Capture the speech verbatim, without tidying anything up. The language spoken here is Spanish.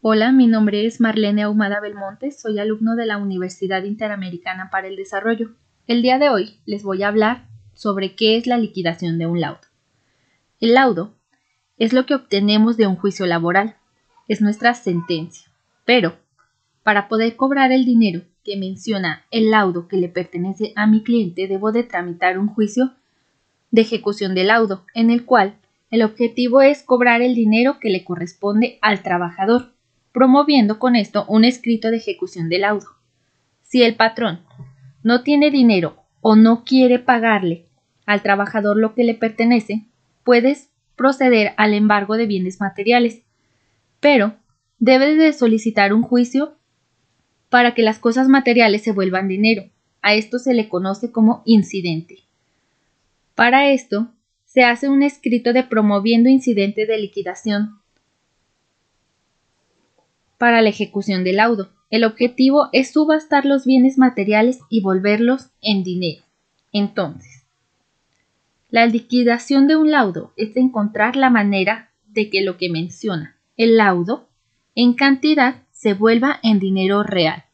Hola, mi nombre es Marlene Ahumada Belmonte, soy alumno de la Universidad Interamericana para el Desarrollo. El día de hoy les voy a hablar sobre qué es la liquidación de un laudo. El laudo es lo que obtenemos de un juicio laboral, es nuestra sentencia, pero para poder cobrar el dinero que menciona el laudo que le pertenece a mi cliente, debo de tramitar un juicio de ejecución de laudo, en el cual el objetivo es cobrar el dinero que le corresponde al trabajador, promoviendo con esto un escrito de ejecución de laudo. Si el patrón no tiene dinero o no quiere pagarle al trabajador lo que le pertenece, puedes proceder al embargo de bienes materiales, pero debes de solicitar un juicio para que las cosas materiales se vuelvan dinero. A esto se le conoce como incidente. Para esto, se hace un escrito de promoviendo incidente de liquidación para la ejecución del laudo. El objetivo es subastar los bienes materiales y volverlos en dinero. Entonces, la liquidación de un laudo es encontrar la manera de que lo que menciona el laudo en cantidad se vuelva en dinero real.